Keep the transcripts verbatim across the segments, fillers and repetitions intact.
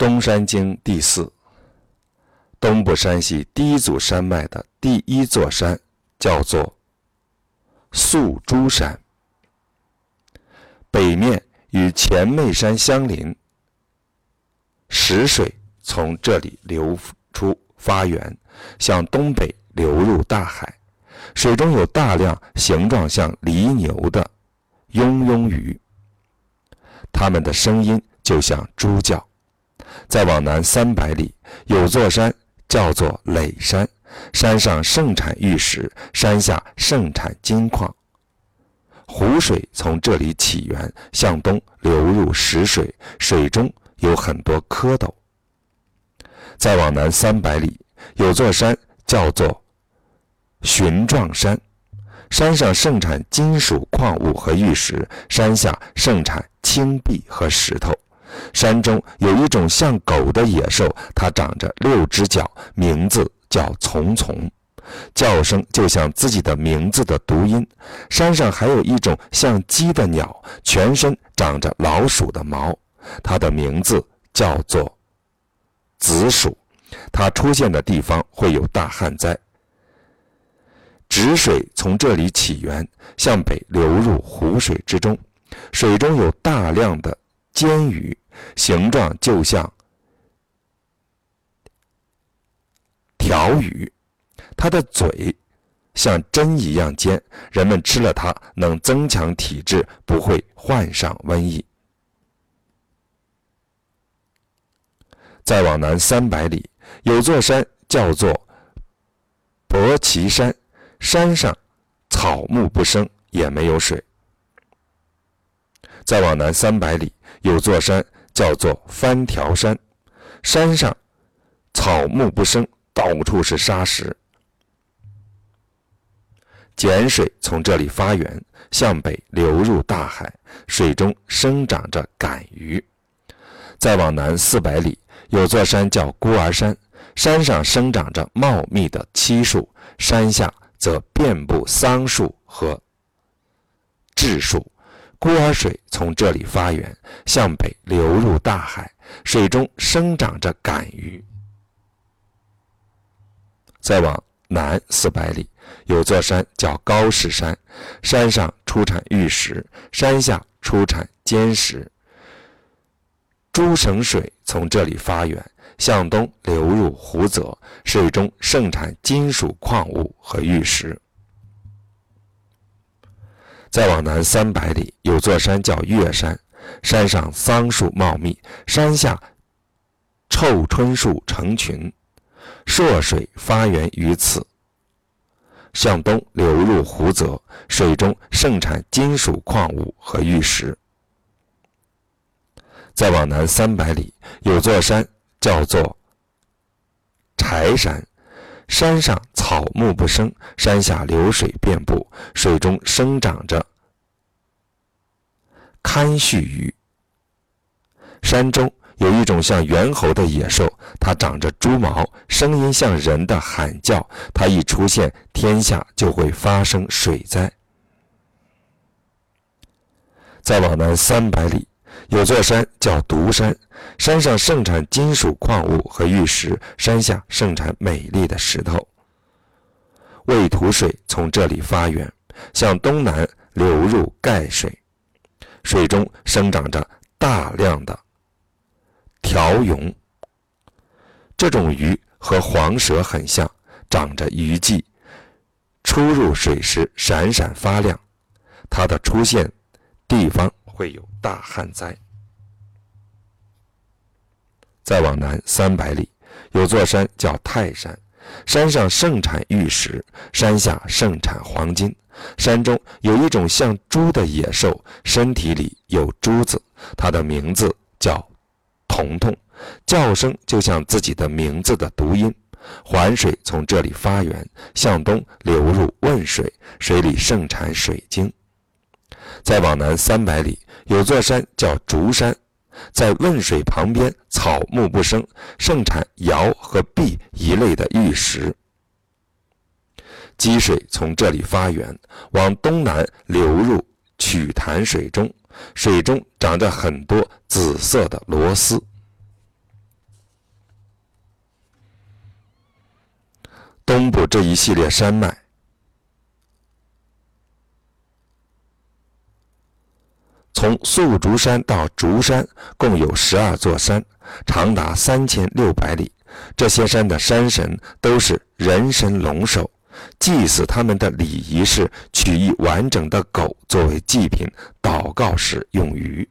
东山经第四，东部山系第一组山脉的第一座山叫做宿珠山，北面与前妹山相邻，石水从这里流出发源，向东北流入大海，水中有大量形状像犁牛的庸庸鱼，它们的声音就像猪叫。再往南三百里，有座山叫做垒山，山上盛产玉石，山下盛产金矿。湖水从这里起源，向东流入石水，水中有很多蝌蚪。再往南三百里，有座山叫做寻状山，山上盛产金属矿物和玉石，山下盛产青碧和石头。山中有一种像狗的野兽，它长着六只脚，名字叫丛丛，叫声就像自己的名字的读音。山上还有一种像鸡的鸟，全身长着老鼠的毛，它的名字叫做紫鼠，它出现的地方会有大旱灾。止水从这里起源，向北流入湖水之中，水中有大量的尖鱼，形状就像条鱼，它的嘴像针一样尖，人们吃了它能增强体质，不会患上瘟疫。再往南三百里，有座山叫做伯旗山，山上草木不生，也没有水。再往南三百里，有座山叫做翻条山，山上草木不生，到处是沙石。碱水从这里发源，向北流入大海，水中生长着杆鱼。再往南四百里，有座山叫孤儿山，山上生长着茂密的漆树，山下则遍布桑树和栉树。孤儿水从这里发源，向北流入大海，水中生长着杆鱼。再往南四百里，有座山叫高士山，山上出产玉石，山下出产坚石。诸省水从这里发源，向东流入湖泽，水中盛产金属矿物和玉石。再往南三百里，有座山叫月山，山上桑树茂密，山下臭椿树成群，朔水发源于此，向东流入湖泽，水中盛产金属矿物和玉石。再往南三百里，有座山叫做柴山，山上草木不生，山下流水遍布，水中生长着堪须鱼。山中有一种像猿猴的野兽，它长着猪毛，声音像人的喊叫，它一出现，天下就会发生水灾。再往南三百里，有座山叫独山，山上盛产金属矿物和玉石，山下盛产美丽的石头。渭土水从这里发源，向东南流入盖水，水中生长着大量的条蛹。这种鱼和黄蛇很像，长着鱼际，出入水时闪闪发亮，它的出现地方会有大旱灾。再往南三百里，有座山叫泰山，山上盛产玉石，山下盛产黄金。山中有一种像猪的野兽，身体里有珠子，它的名字叫彤彤，叫声就像自己的名字的读音。环水从这里发源，向东流入汶水，水里盛产水晶。再往南三百里，有座山叫竹山，在汶水旁边，草木不生，盛产瑶和碧一类的玉石。积水从这里发源，往东南流入曲潭水中，水中长着很多紫色的螺丝。 东部这一系列山脉从素竹山到竹山共有十二座山，长达三千六百里。这些山的山神都是人身龙首，祭祀他们的礼仪是取一完整的狗作为祭品，祷告时用于。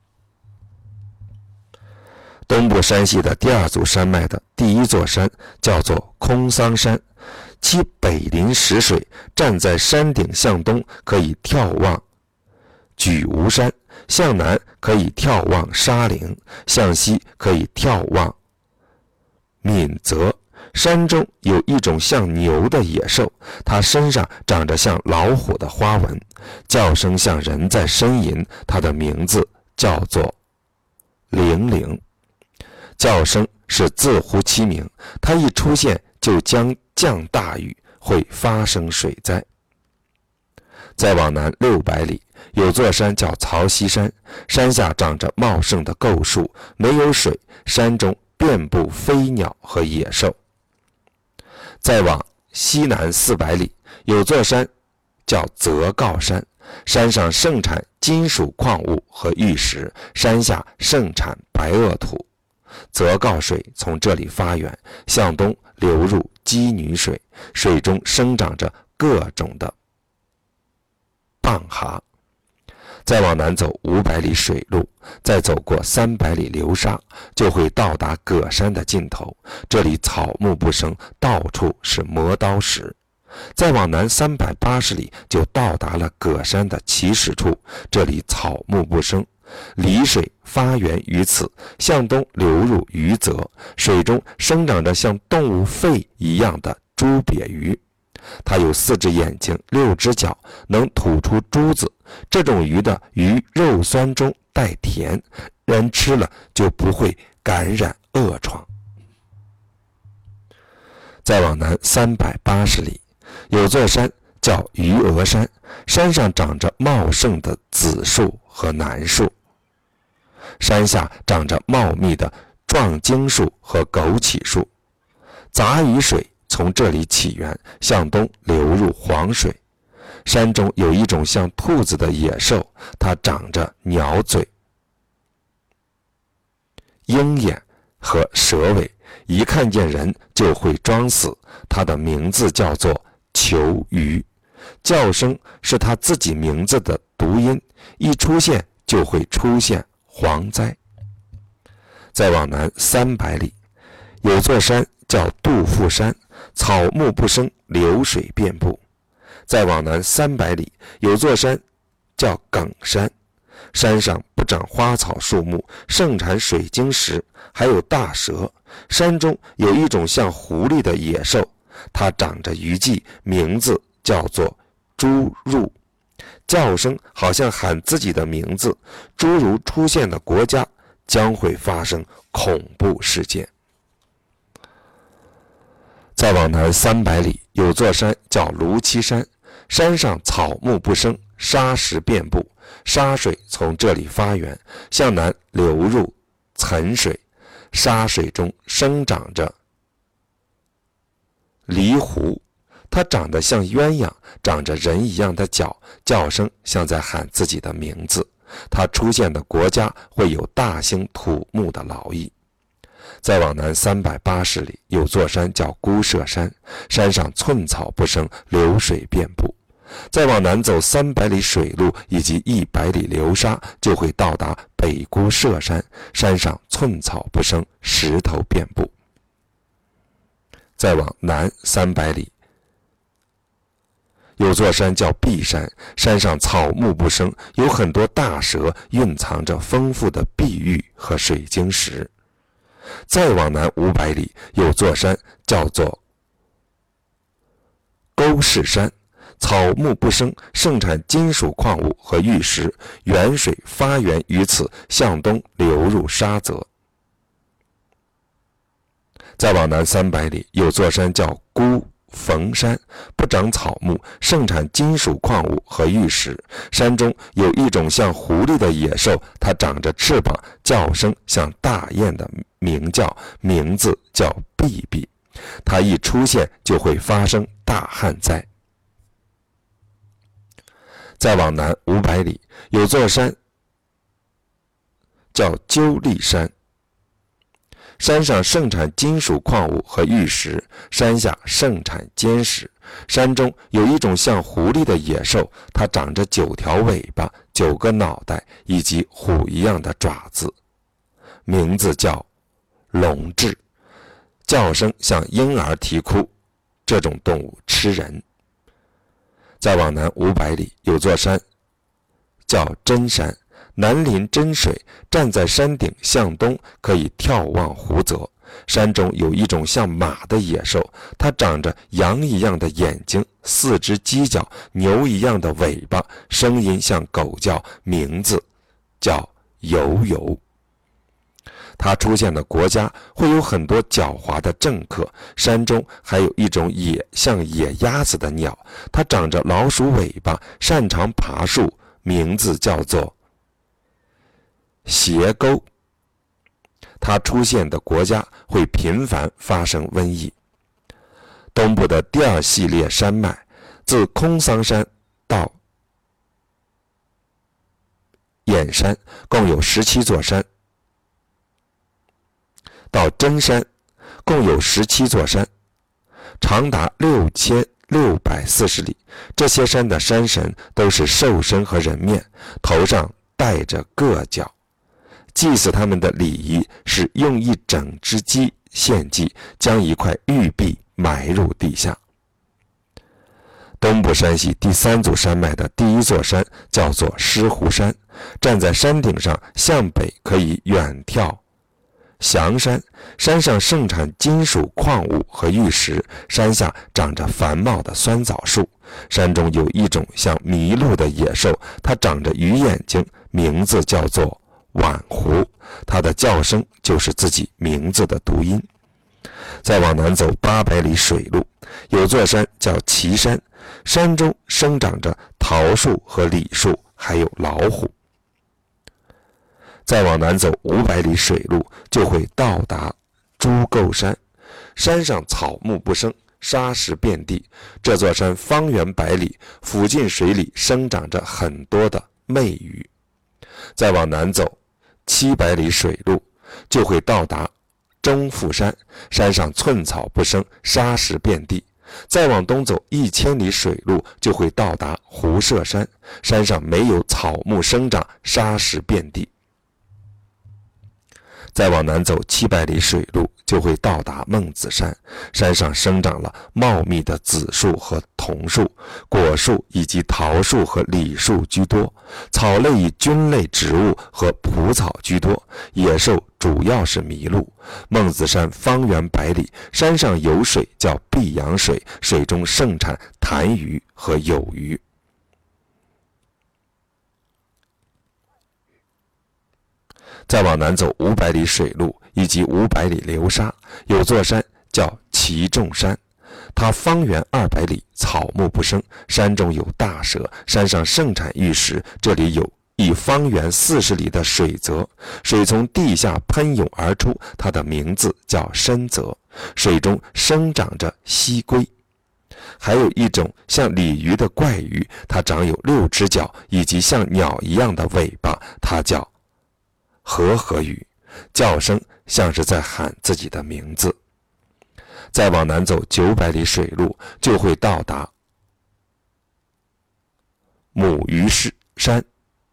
东部山系的第二组山脉的第一座山叫做空桑山，其北临石水，站在山顶向东可以眺望举吴山，向南可以眺望沙陵，向西可以眺望闽泽。山中有一种像牛的野兽，它身上长着像老虎的花纹，叫声像人在呻吟，它的名字叫做灵灵。叫声是自乎其名，它一出现就将降大雨，会发生水灾。再往南六百里，有座山叫曹溪山，山下长着茂盛的构树，没有水，山中遍布飞鸟和野兽。再往西南四百里，有座山叫泽告山，山上盛产金属矿物和玉石，山下盛产白垩土。泽告水从这里发源，向东流入鸡女水，水中生长着各种的蚌蛤。再往南走五百里水路，再走过三百里流沙，就会到达葛山的尽头。这里草木不生，到处是磨刀石。再往南三百八十里，就到达了葛山的起始处，这里草木不生。离水发源于此，向东流入鱼泽，水中生长着像动物肺一样的猪鳖鱼。它有四只眼睛，六只脚，能吐出珠子。这种鱼的鱼肉酸中带甜，人吃了就不会感染恶疮。再往南三百八十里，有座山叫鱼鹅山，山上长着茂盛的紫树和楠树，山下长着茂密的壮荆树和枸杞树。杂鱼水从这里起源，向东流入黄水。山中有一种像兔子的野兽，它长着鸟嘴、鹰眼和蛇尾，一看见人就会装死。它的名字叫做求鱼，叫声是它自己名字的读音，一出现就会出现蝗灾。再往南三百里，有座山叫杜甫山，草木不生，流水遍布。再往南三百里，有座山叫耿山，山上不长花草树木，盛产水晶石，还有大蛇。山中有一种像狐狸的野兽，它长着鱼髻，名字叫做侏儒，叫声好像喊自己的名字。侏儒出现的国家将会发生恐怖事件。再往南三百里，有座山叫卢七山，山上草木不生，沙石遍布，沙水从这里发源，向南流入岑水，沙水中生长着狸狐，它长得像鸳鸯，长着人一样的脚，叫声像在喊自己的名字。它出现的国家会有大兴土木的劳役。再往南三百八十里，有座山叫孤舍山，山上寸草不生，流水遍布。再往南走三百里水路以及一百里流沙，就会到达北孤舍山，山上寸草不生，石头遍布。再往南三百里，有座山叫碧山，山上草木不生，有很多大蛇，蕴藏着丰富的碧玉和水晶石。再往南五百里，有座山叫做沟氏山，草木不生，盛产金属矿物和玉石，源水发源于此，向东流入沙泽。再往南三百里，有座山叫孤逢山，不长草木，盛产金属矿物和玉石。山中有一种像狐狸的野兽，它长着翅膀，叫声像大雁的鸣叫，名字叫毕毕。 它一出现就会发生大旱灾。再往南五百里，有座山叫鸠力山，山上盛产金属矿物和玉石，山下盛产坚石。山中有一种像狐狸的野兽，它长着九条尾巴、九个脑袋以及虎一样的爪子，名字叫龙雉，叫声像婴儿啼哭。这种动物吃人。再往南五百里，有座山叫真山，南临真水，站在山顶向东可以眺望湖泽。山中有一种像马的野兽，它长着羊一样的眼睛，四只犄角，牛一样的尾巴，声音像狗叫，名字叫游游。它出现的国家会有很多狡猾的政客。山中还有一种野像野鸭子的鸟，它长着老鼠尾巴，擅长爬树，名字叫做斜钩。它出现的国家会频繁发生瘟疫。东部的第二系列山脉，自空桑山到眼山，共有十七座山。到真山共有十七座山，长达六千六百四十里。这些山的山神都是兽身和人面，头上戴着各角。祭祀他们的礼仪是用一整只鸡献祭，将一块玉璧埋入地下。东部山系第三组山脉的第一座山叫做狮湖山，站在山顶上向北可以远眺祥山，山上盛产金属矿物和玉石，山下长着繁茂的酸枣树。山中有一种像麋鹿的野兽，它长着鱼眼睛，名字叫做晚狐，它的叫声就是自己名字的读音。再往南走八百里水路，有座山叫岐山，山中生长着桃树和李树，还有老虎。再往南走五百里水路，就会到达朱构山，山上草木不生，沙石遍地。这座山方圆百里，附近水里生长着很多的媚鱼。再往南走七百里水路，就会到达中富山，山上寸草不生，沙石遍地。再往东走一千里水路，就会到达湖舍山，山上没有草木生长，沙石遍地。再往南走七百里水路，就会到达孟子山，山上生长了茂密的紫树和桐树，果树以及桃树和李树居多，草类以菌类植物和蒲草居多，野兽主要是麋鹿。孟子山方圆百里，山上有水叫碧阳水，水中盛产痰鱼和有鱼。再往南走五百里水路以及五百里流沙，有座山叫祁仲山，它方圆二百里，草木不生，山中有大蛇，山上盛产玉石。这里有一方圆四十里的水泽，水从地下喷涌而出，它的名字叫深泽，水中生长着溪龟。还有一种像鲤鱼的怪鱼，它长有六只脚以及像鸟一样的尾巴，它叫和合鱼，叫声像是在喊自己的名字。再往南走九百里水路，就会到达母鱼山，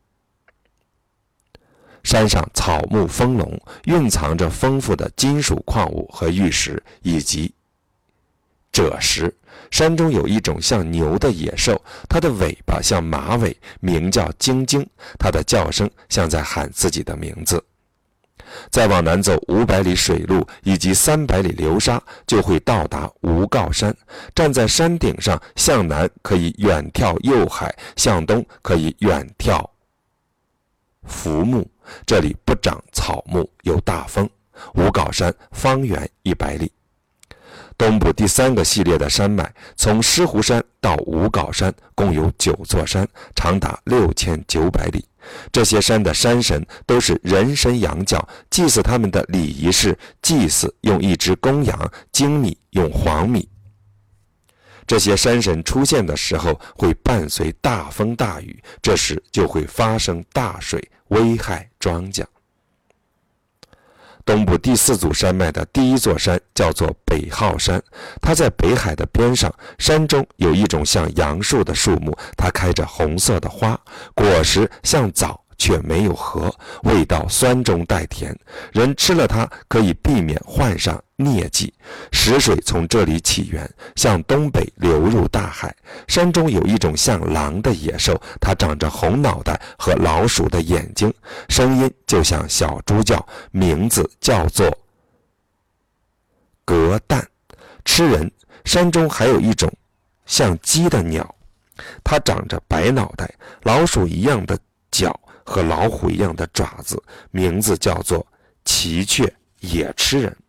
山上草木丰隆，蕴藏着丰富的金属矿物和玉石以及赭石。山中有一种像牛的野兽，它的尾巴像马尾，名叫晶晶，它的叫声像在喊自己的名字。再往南走五百里水路以及三百里流沙，就会到达吴告山，站在山顶上向南可以远眺右海，向东可以远眺浮木，这里不长草木，有大风。吴告山方圆一百里。东部第三个系列的山脉，从狮湖山到吴告山，共有九座山，长达六千九百里。 这些山的山神都是人身羊角，祭祀他们的礼仪是祭祀用一只公羊，精米用黄米。这些山神出现的时候会伴随大风大雨，这时就会发生大水，危害庄稼。东部第四组山脉的第一座山叫做北浩山，它在北海的边上，山中有一种像杨树的树木，它开着红色的花，果实像枣却没有核，味道酸中带甜，人吃了它可以避免患上疟疾。石水从这里起源，向东北流入大海。山中有一种像狼的野兽，它长着红脑袋和老鼠的眼睛，声音就像小猪叫，名字叫做革旦，吃人。山中还有一种像鸡的鸟，它长着白脑袋，老鼠一样的脚和老虎一样的爪子，名字叫做奇雀，也吃人。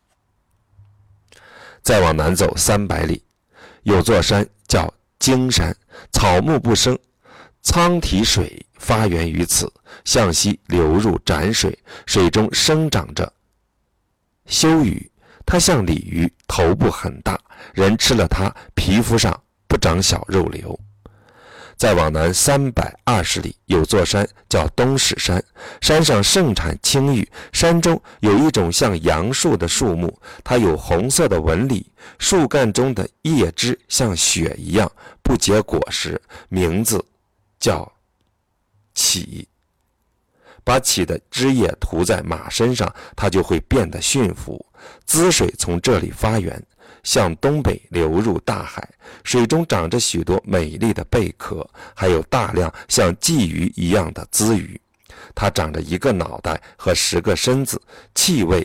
再往南走三百里，有座山叫荆山，草木不生，苍堤水发源于此，向西流入斩水，水中生长着修鱼，它像鲤鱼，头部很大，人吃了它皮肤上不长小肉瘤。再往南三百二十里，有座山叫东史山，山上盛产青玉，山中有一种像杨树的树木，它有红色的纹理，树干中的叶枝像雪一样，不结果实，名字叫杞。把杞的枝叶涂在马身上，它就会变得驯服。滋水从这里发源，向东北流入大海，水中长着许多美丽的贝壳，还有大量像鲫鱼一样的鲻鱼。它长着一个脑袋和十个身子，气味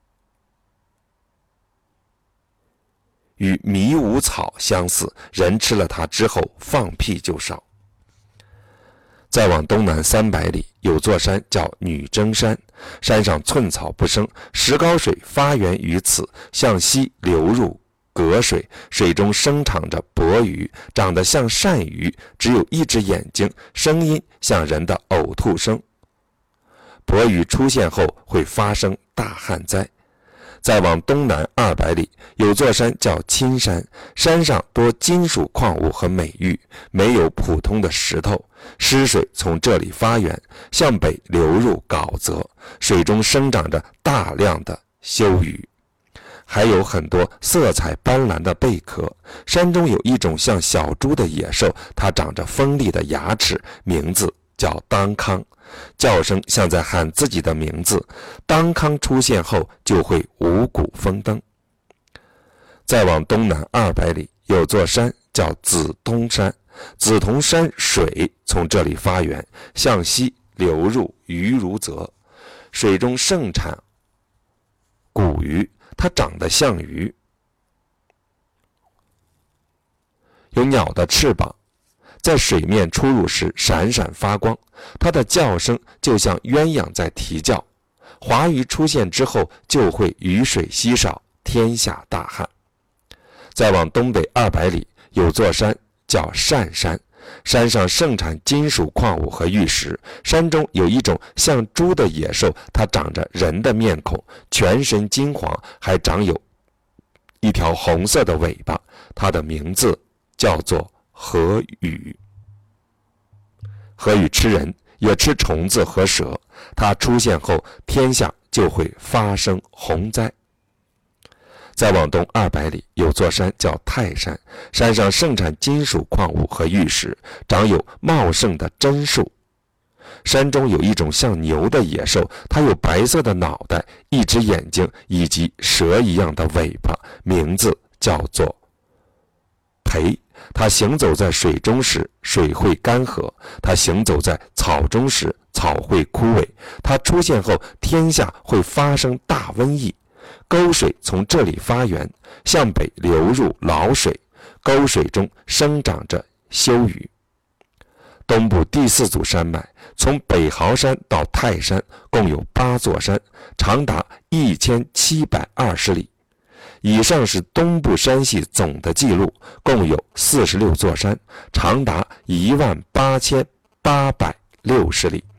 与迷芜草相似，人吃了它之后放屁就少。再往东南三百里，有座山叫女真山，山上寸草不生，石膏水发源于此，向西流入隔水，水中生长着鲱鱼，长得像鳝鱼，只有一只眼睛，声音像人的呕吐声。鲱鱼出现后会发生大旱灾。再往东南二百里，有座山叫青山，山上多金属矿物和美玉，没有普通的石头。湿水从这里发源，向北流入沼泽，水中生长着大量的修鱼，还有很多色彩斑斓的贝壳。山中有一种像小猪的野兽，它长着锋利的牙齿，名字叫当康，叫声像在喊自己的名字。当康出现后就会五谷丰登。再往东南二百里，有座山叫紫东山，紫铜山水从这里发源，向西流入鱼如泽，水中盛产古鱼，它长得像鱼，有鸟的翅膀，在水面出入时闪闪发光，它的叫声就像鸳鸯在啼叫。华鱼出现之后就会雨水稀少，天下大旱。再往东北二百里，有座山叫单山，山上盛产金属矿物和玉石，山中有一种像猪的野兽，它长着人的面孔，全身金黄，还长有一条红色的尾巴，它的名字叫做河鱼。河鱼吃人，也吃虫子和蛇，它出现后天下就会发生洪灾。再往东二百里，有座山叫泰山，山上盛产金属矿物和玉石，长有茂盛的榛树。山中有一种像牛的野兽，它有白色的脑袋，一只眼睛以及蛇一样的尾巴，名字叫做裴。它行走在水中时，水会干涸；它行走在草中时，草会枯萎。它出现后，天下会发生大瘟疫。沟水从这里发源，向北流入老水，沟水中生长着修鱼。东部第四组山脉，从北豪山到泰山共有八座山，长达一千七百二十里。以上是东部山系总的记录，共有四十六座山，长达一万八千八百六十里。